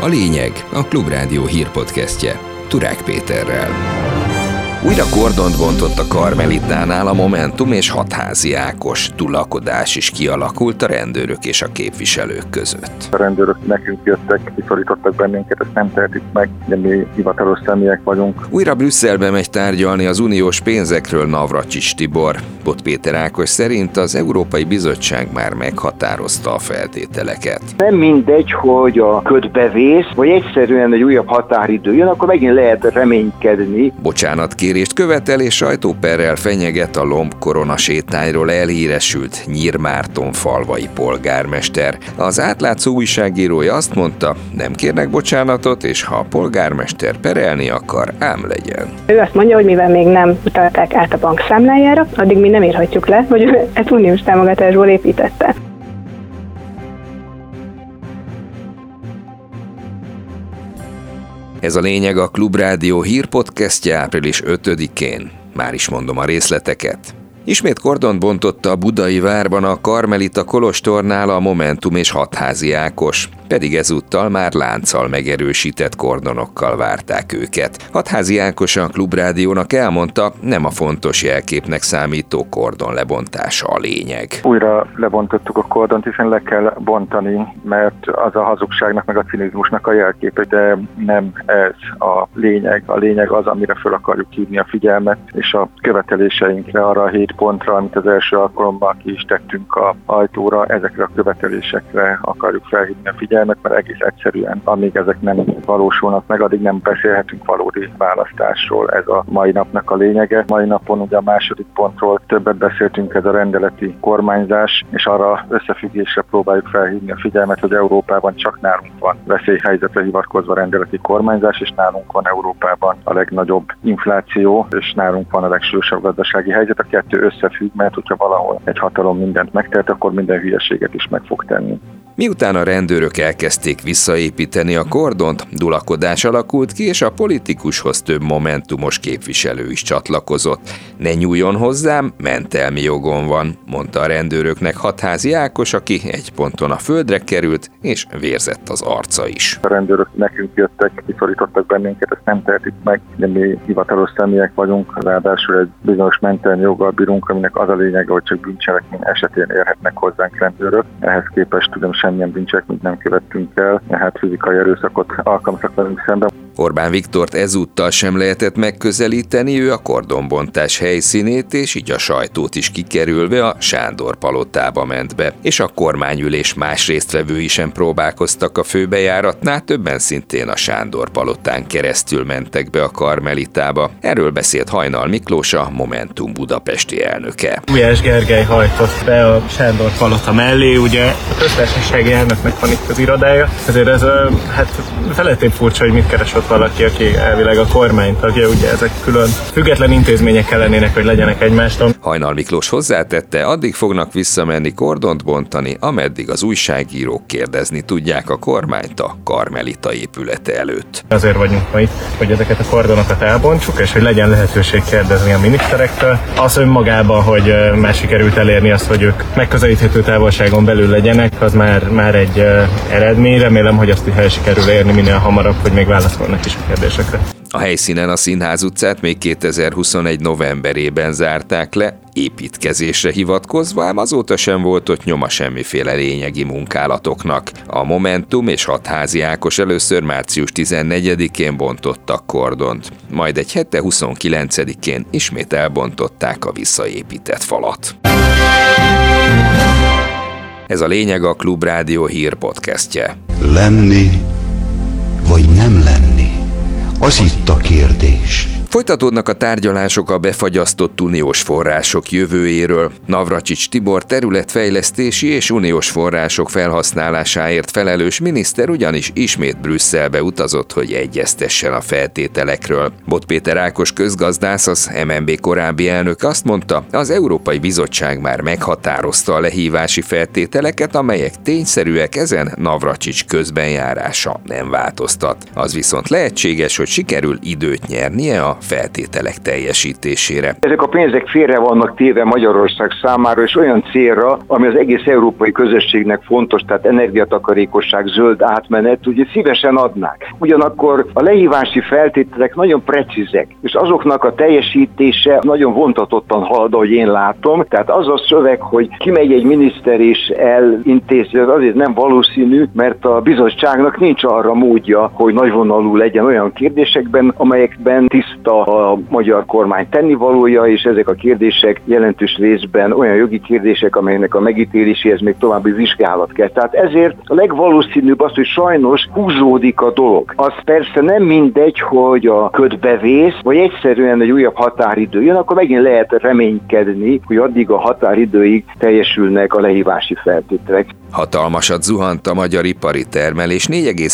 A lényeg a Klubrádió hírpodcastje Turák Péterrel. Újra kordont bontott a Karmelitánál a Momentum és Hatházi Ákos. Tulakodás is kialakult a rendőrök és a képviselők között. A rendőrök nekünk jöttek, kiszorítottak bennünket, ezt nem tehetik meg, de mi hivatalos személyek vagyunk. Újra Brüsszelbe megy tárgyalni az uniós pénzekről Navracsics Tibor. Bot Péter Ákos szerint az Európai Bizottság már meghatározta a feltételeket. Nem mindegy, hogy a ködbevész, vagy egyszerűen egy újabb határidő jön, akkor megint lehet reménykedni. Bocsánatkérést követel és sajtóperrel fenyeget a lombkorona sétányról elhíresült Nyír Márton falvai polgármester. Az Átlátszó újságírója azt mondta, nem kérnek bocsánatot, és ha a polgármester perelni akar, ám legyen. Ő azt mondja, hogy mivel még nem utalták át a bankszámlájára, addig mi nem írhatjuk le, hogy ő ezt uniós támogatásból építette. Ez a lényeg a Klubrádió hírpodcastje április 5-én. Már is mondom a részleteket. Ismét kordont bontotta a budai várban a Karmelita kolostornál a Momentum és Hatházi Ákos, pedig ezúttal már lánccal megerősített kordonokkal várták őket. Hatházi Ákos a Klubrádiónak elmondta, nem a fontos jelképnek számító kordon lebontása a lényeg. Újra lebontottuk a kordont, hiszen le kell bontani, mert az a hazugságnak meg a cinizmusnak a jelképe, de nem ez a lényeg. A lényeg az, amire föl akarjuk hívni a figyelmet, és a követeléseinkre, arra a 7 pontra, amit az első alkalommal ki is tettünk az ajtóra, ezekre a követelésekre akarjuk felhívni a figyelmet, mert egész egyszerűen, amíg ezek nem valósulnak meg, addig nem beszélhetünk valódi választásról. Ez a mai napnak a lényege. Mai napon ugye a második pontról többet beszéltünk, ez a rendeleti kormányzás, és arra összefüggésre próbáljuk felhívni a figyelmet, hogy Európában csak nálunk van veszélyhelyzetre hivatkozva rendeleti kormányzás, és nálunk van Európában a legnagyobb infláció, és nálunk van a legsúlyosabb gazdasági helyzet. A kettő összefügg, mert hogyha valahol egy hatalom mindent megtehet, akkor minden hülyeséget is meg fog tenni. Miután a rendőrök elkezdték visszaépíteni a kordont, dulakodás alakult ki, és a politikushoz több momentumos képviselő is csatlakozott. Ne nyúljon hozzám, mentelmi jogom van, mondta a rendőröknek Hatházi Ákos, aki egy ponton a földre került, és vérzett az arca is. A rendőrök nekünk jöttek, kiszorítottak bennünket, ezt nem tehetik meg, de mi hivatalos személyek vagyunk, ráadásul egy bizonyos mentelmi joggal bírunk, aminek az a lényege, hogy csak bűncselekmény esetén érhetnek hozzánk rendőrök. Ehhez képest tudom, semmilyen bűncselekményt nem követtünk el, tehát fizikai erőszakot alkalmaztak velünk szemben. Orbán Viktort ezúttal sem lehetett megközelíteni, ő a kordonbontás helyszínét és így a sajtót is kikerülve a Sándor palotába ment be, és a kormányülés más résztvevői sem próbálkoztak a főbejáratnál, többen szintén a Sándor palotán keresztül mentek be a Karmelitába. Erről beszélt Hajnal Miklós, a Momentum budapesti elnöke. Gulyás Gergely hajtott be a Sándor palota mellé, ugye a köztársasági elnöknek van itt az irodája, ezért ez feletén furcsa, hogy mit keres ott valaki, aki elvileg a kormánytagja, ugye ezek külön független intézmények lennének, hogy legyenek egymástól. Hajnal Miklós hozzátette, addig fognak visszamenni kordont bontani, ameddig az újságírók kérdezni tudják a kormányt a Karmelita épülete előtt. Azért vagyunk ma itt, hogy ezeket a kordonokat elbontsuk, és hogy legyen lehetőség kérdezni a miniszterektől. Az önmagában, hogy már sikerült elérni azt, hogy ők megközelíthető távolságon belül legyenek, az már egy eredmény. Remélem, hogy azt el sikerül érni minél hamarabb, hogy még válaszolnak is a kérdésekre. A helyszínen a Színház utcát még 2021 novemberében zárták le, építkezésre hivatkozva, ám azóta sem volt ott nyoma semmiféle lényegi munkálatoknak. A Momentum és Hatházi Ákos először március 14-én bontottak kordont, majd egy hete 29-én ismét elbontották a visszaépített falat. Ez a lényeg a Klubrádió hírpodcastje. Lenni vagy nem lenni? Az itt a kérdés. Folytatódnak a tárgyalások a befagyasztott uniós források jövőjéről. Navracsics Tibor területfejlesztési és uniós források felhasználásáért felelős miniszter ugyanis ismét Brüsszelbe utazott, hogy egyeztessen a feltételekről. Bot Péter Ákos közgazdász, az MNB korábbi elnök azt mondta, az Európai Bizottság már meghatározta a lehívási feltételeket, amelyek tényszerűek, ezen Navracsics közbenjárása nem változtat. Az viszont lehetséges, hogy sikerül időt nyernie a feltételek teljesítésére. Ezek a pénzek félre vannak téve Magyarország számára, és olyan célra, ami az egész európai közösségnek fontos, tehát energiatakarékosság, zöld átmenet, ugye szívesen adnák. Ugyanakkor a lehívási feltételek nagyon precízek, és azoknak a teljesítése nagyon vontatottan halad, ahogy én látom. Tehát az a szöveg, hogy kimegy egy miniszter és elintézi, az azért nem valószínű, mert a bizottságnak nincs arra módja, hogy nagyvonalú legyen olyan kérdésekben, amelyekben tiszta a magyar kormány tennivalója, és ezek a kérdések jelentős részben olyan jogi kérdések, amelynek a megítéléséhez még további vizsgálat kell. Tehát ezért a legvalószínűbb az, hogy sajnos húzódik a dolog. Az persze nem mindegy, hogy a ködbe vész, vagy egyszerűen egy újabb határidő jön, akkor megint lehet reménykedni, hogy addig a határidőig teljesülnek a lehívási feltételek. Hatalmasat zuhant a magyar ipari termelés,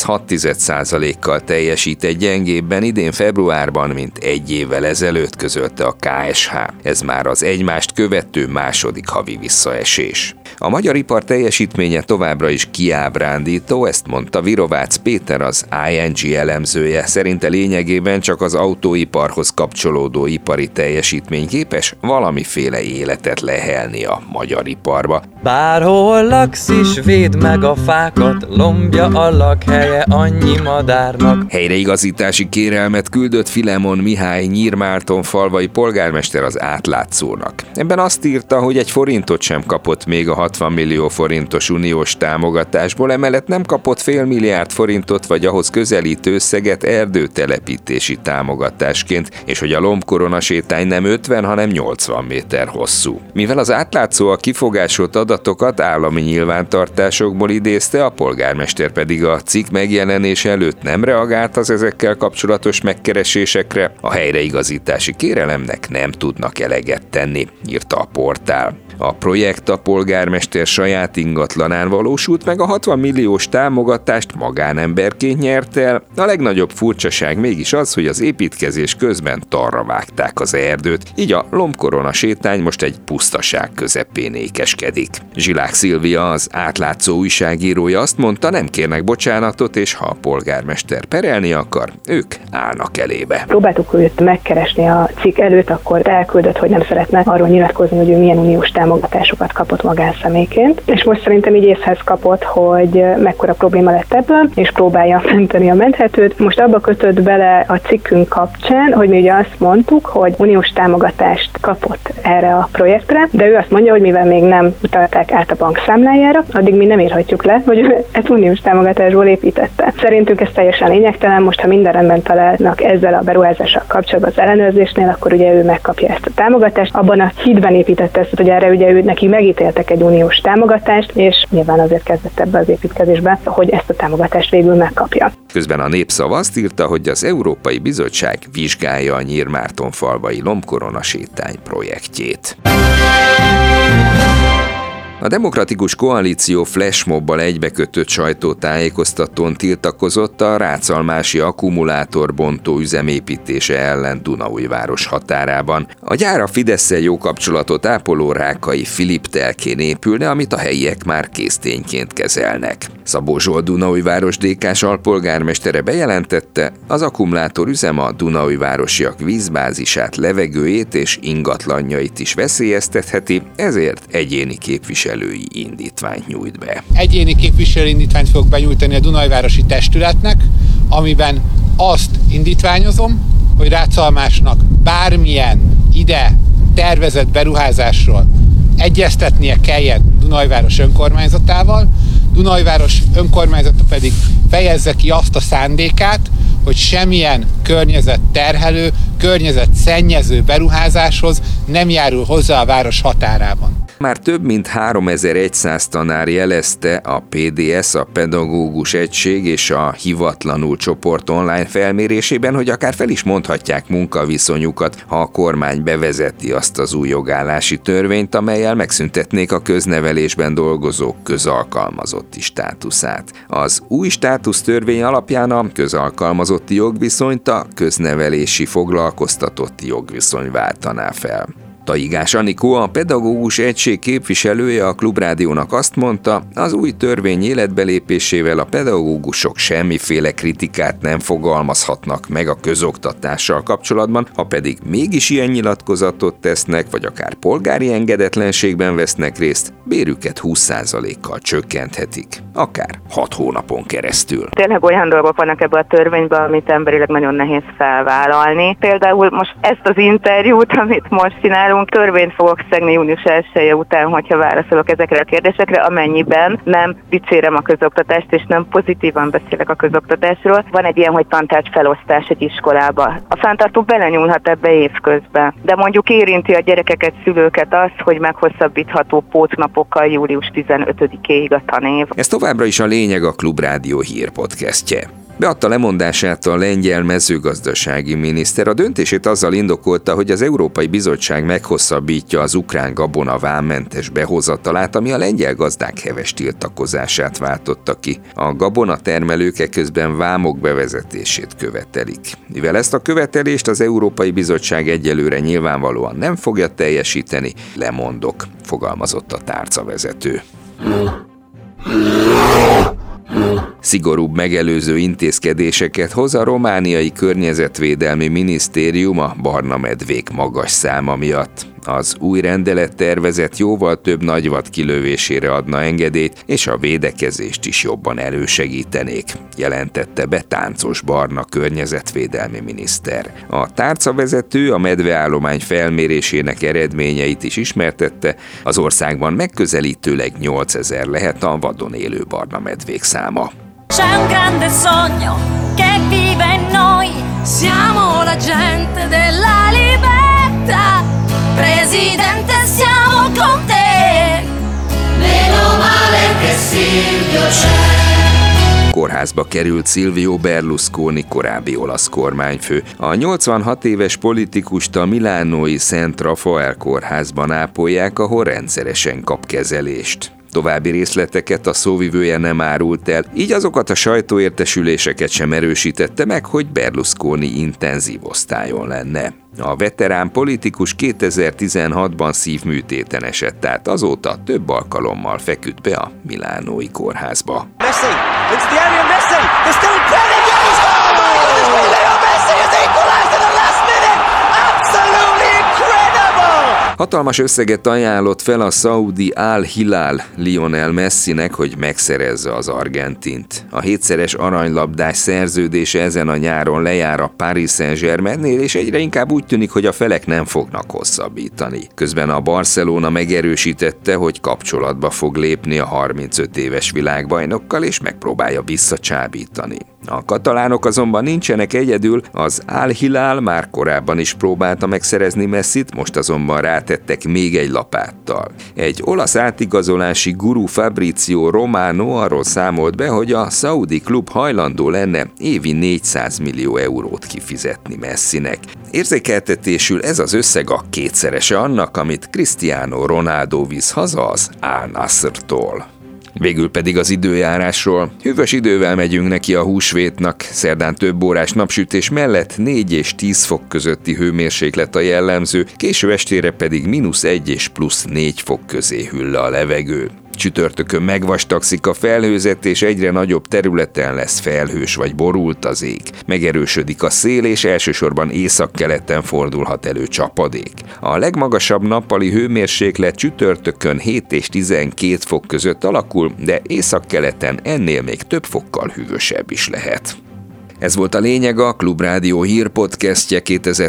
4,6%-kal teljesít egy gyengébben idén februárban, mint egy évvel ezelőtt, közölte a KSH. Ez már az egymást követő második havi visszaesés. A magyar ipar teljesítménye továbbra is kiábrándító, ezt mondta Virovácz Péter, az ING elemzője. Szerinte lényegében csak az autóiparhoz kapcsolódó ipari teljesítmény képes valamiféle életet lehelni a magyar iparba. Bárhol laksz is, védd meg a fákat, lombja a lakhelye annyi madárnak. Helyreigazítási kérelmet küldött Filemon Mihály Nyírmártonfalvai polgármester az Átlátszónak. Ebben azt írta, hogy egy forintot sem kapott még a 60 millió forintos uniós támogatásból, emellett nem kapott fél milliárd forintot vagy ahhoz közelítő összeget erdőtelepítési támogatásként, és hogy a lombkorona sétány nem 50, hanem 80 méter hosszú. Mivel az Átlátszó a kifogásolt adatokat állami nyilvántartásokból idézte, a polgármester pedig a cikk megjelenése előtt nem reagált az ezekkel kapcsolatos megkeresésekre, a helyreigazítási kérelemnek nem tudnak eleget tenni, írta a portál. A projekt a polgármester saját ingatlanán valósult meg, a 60 milliós támogatást magánemberként nyert el. A legnagyobb furcsaság mégis az, hogy az építkezés közben talra vágták az erdőt, így a lombkorona sétány most egy pusztaság közepén ékeskedik. Zsilák Szilvia, az Átlátszó újságírója azt mondta, nem kérnek bocsánatot, és ha a polgármester perelni akar, ők állnak elébe. Próbáltuk őt megkeresni a cikk előtt, akkor elküldött, hogy nem szeretne arról nyilatkozni, hogy ő milyen uniós támogatásokat kapott magánszemélyként, és most szerintem így észhez kapott, hogy mekkora probléma lett ebből, és próbálja menteni a menthetőt. Most abba kötött bele a cikkünk kapcsán, hogy mi ugye azt mondtuk, hogy uniós támogatást kapott erre a projektre, de ő azt mondja, hogy mivel még nem utalták át a bankszámlájára, addig mi nem írhatjuk le, hogy ő ezt uniós támogatásból építette. Szerintünk ez teljesen lényegtelen, most ha minden rendben találnak ezzel a beruházással kapcsolatban az ellenőrzésnél, akkor ugye ő megkapja ezt a támogatást. Abban a hitben építette ezt, hogy erre ugye neki megítéltek egy uniós támogatást, és nyilván azért kezdett ebbe az építkezésbe, hogy ezt a támogatást végül megkapja. Közben a Népszava azt írta, hogy az Európai Bizottság vizsgálja a Nyírmártonfalvai lombkorona sétány projektjét. A Demokratikus Koalíció flashmobbal egybekötött sajtótájékoztatón tiltakozott a rácalmási akkumulátorbontó üzemépítése ellen Dunaújváros határában. A gyár a Fidesszel jó kapcsolatot ápoló Rákai Filip telkén épülne, amit a helyiek már késztényként kezelnek. Szabó Zsolt Dunaújváros DK-s alpolgármestere bejelentette, az akkumulátorüzem a dunaújvárosiak vízbázisát, levegőjét és ingatlanjait is veszélyeztetheti, ezért egyéni képviselői indítványt nyújt be. Egyéni képviselői indítványt fogok benyújtani a Dunaújvárosi testületnek, amiben azt indítványozom, hogy Rácalmásnak bármilyen ide tervezett beruházásról egyeztetnie kelljen Dunaújváros önkormányzatával, Dunaújváros önkormányzata pedig fejezze ki azt a szándékát, hogy semmilyen környezetterhelő, környezetszennyező beruházáshoz nem járul hozzá a város határában. Már több mint 3100 tanár jelezte a PDS, a Pedagógus Egység és a Hivatlanul csoport online felmérésében, hogy akár fel is mondhatják munkaviszonyukat, ha a kormány bevezeti azt az új jogállási törvényt, amellyel megszüntetnék a köznevelésben dolgozók közalkalmazotti státuszát. Az új státusztörvény alapján a közalkalmazotti jogviszonyt a köznevelési foglalkoztatotti jogviszony váltaná fel. Taigás Anikó, a pedagógus egység képviselője a Klubrádiónak azt mondta, az új törvény életbelépésével a pedagógusok semmiféle kritikát nem fogalmazhatnak meg a közoktatással kapcsolatban, ha pedig mégis ilyen nyilatkozatot tesznek, vagy akár polgári engedetlenségben vesznek részt, bérüket 20%-kal csökkenthetik, akár 6 hónapon keresztül. Tényleg olyan dolgok vannak ebben a törvényben, amit emberileg nagyon nehéz felvállalni. Például most ezt az interjút, amit most csinálunk, törvényt fogok szegni június 1-e után, hogyha válaszolok ezekre a kérdésekre, amennyiben nem dicsérem a közoktatást, és nem pozitívan beszélek a közoktatásról. Van egy ilyen, hogy tantárgy felosztás egy iskolába. A fenntartó belenyúlhat ebbe évközben, de mondjuk érinti a gyerekeket, szülőket az, hogy meghosszabbítható pótnapokkal július 15-éig a tanév. Ez továbbra is a lényeg, a Klubrádió hírpodcastje. Beadta lemondását a lengyel mezőgazdasági miniszter. A döntését azzal indokolta, hogy az Európai Bizottság meghosszabbítja az ukrán gabona vámmentes behozatalát, ami a lengyel gazdák heves tiltakozását váltotta ki. A gabonatermelők eközben vámok bevezetését követelik. Mivel ezt a követelést az Európai Bizottság egyelőre nyilvánvalóan nem fogja teljesíteni, lemondok, fogalmazott a tárcavezető. Szigorúbb megelőző intézkedéseket hoz a romániai környezetvédelmi minisztérium a barna medvék magas száma miatt. Az új rendelettervezet jóval több nagyvad kilövésére adna engedélyt, és a védekezést is jobban elősegítenék, jelentette be Táncos Barna környezetvédelmi miniszter. A tárcavezető a medveállomány felmérésének eredményeit is ismertette, az országban megközelítőleg 8000 lehet a vadon élő barna medvék száma. C'è un grande sogno che vive in noi, siamo la gente della libertà, Presidente siamo con te, meno male che Silvio c'è. Kórházba került Silvio Berlusconi, korábbi olasz kormányfő. A 86 éves politikust a milánói Szent Rafael kórházban ápolják, ahol rendszeresen kap kezelést. További részleteket a szóvivője nem árult el, így azokat a sajtóértesüléseket sem erősítette meg, hogy Berlusconi intenzív osztályon lenne. A veterán politikus 2016-ban szívműtéten esett át, azóta több alkalommal feküdt be a milánói kórházba. Messi, it's the area Messi, there's still plenty of goals! Oh my goodness, Leo Messi has equalized in the last minute! Absolutely incredible! Hatalmas összeget ajánlott fel a szaudi Al-Hilal Lionel Messinek, hogy megszerezze az argentint. A 7-szeres aranylabdás szerződése ezen a nyáron lejár a Paris Saint-Germainnél, és egyre inkább úgy tűnik, hogy a felek nem fognak hosszabbítani. Közben a Barcelona megerősítette, hogy kapcsolatba fog lépni a 35 éves világbajnokkal, és megpróbálja visszacsábítani. A katalánok azonban nincsenek egyedül, az Al-Hilal már korábban is próbálta megszerezni Messit, most azonban rátettek még egy lapáttal. Egy olasz átigazolási guru Fabrizio Romano arról számolt be, hogy a szaudi klub hajlandó lenne évi 400 millió eurót kifizetni Messinek. Érzékeltetésül ez az összeg a kétszerese annak, amit Cristiano Ronaldo visz haza az Al-Nassrtól. Végül pedig az időjárásról. Hűvös idővel megyünk neki a húsvétnak. Szerdán több órás napsütés mellett 4 és 10 fok közötti hőmérséklet a jellemző, késő estére pedig -1 és +4 fok közé hűl le a levegő. Csütörtökön megvastagszik a felhőzet, és egyre nagyobb területen lesz felhős vagy borult az ég. Megerősödik a szél, és elsősorban északkeleten fordulhat elő csapadék. A legmagasabb nappali hőmérséklet csütörtökön 7 és 12 fok között alakul, de északkeleten ennél még több fokkal hűvösebb is lehet. Ez volt a lényeg, a Klubrádió hírpodcastje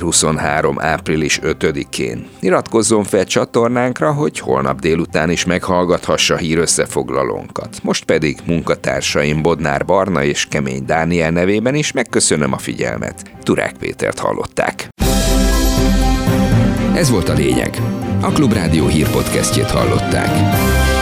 2023. április 5-én. Iratkozzon fel csatornánkra, hogy holnap délután is meghallgathassa hírösszefoglalónkat. Most pedig munkatársaim Bodnár Barna és Kemény Dániel nevében is megköszönöm a figyelmet. Turák Pétert hallották. Ez volt a lényeg. A Klubrádió hírpodcastjét hallották.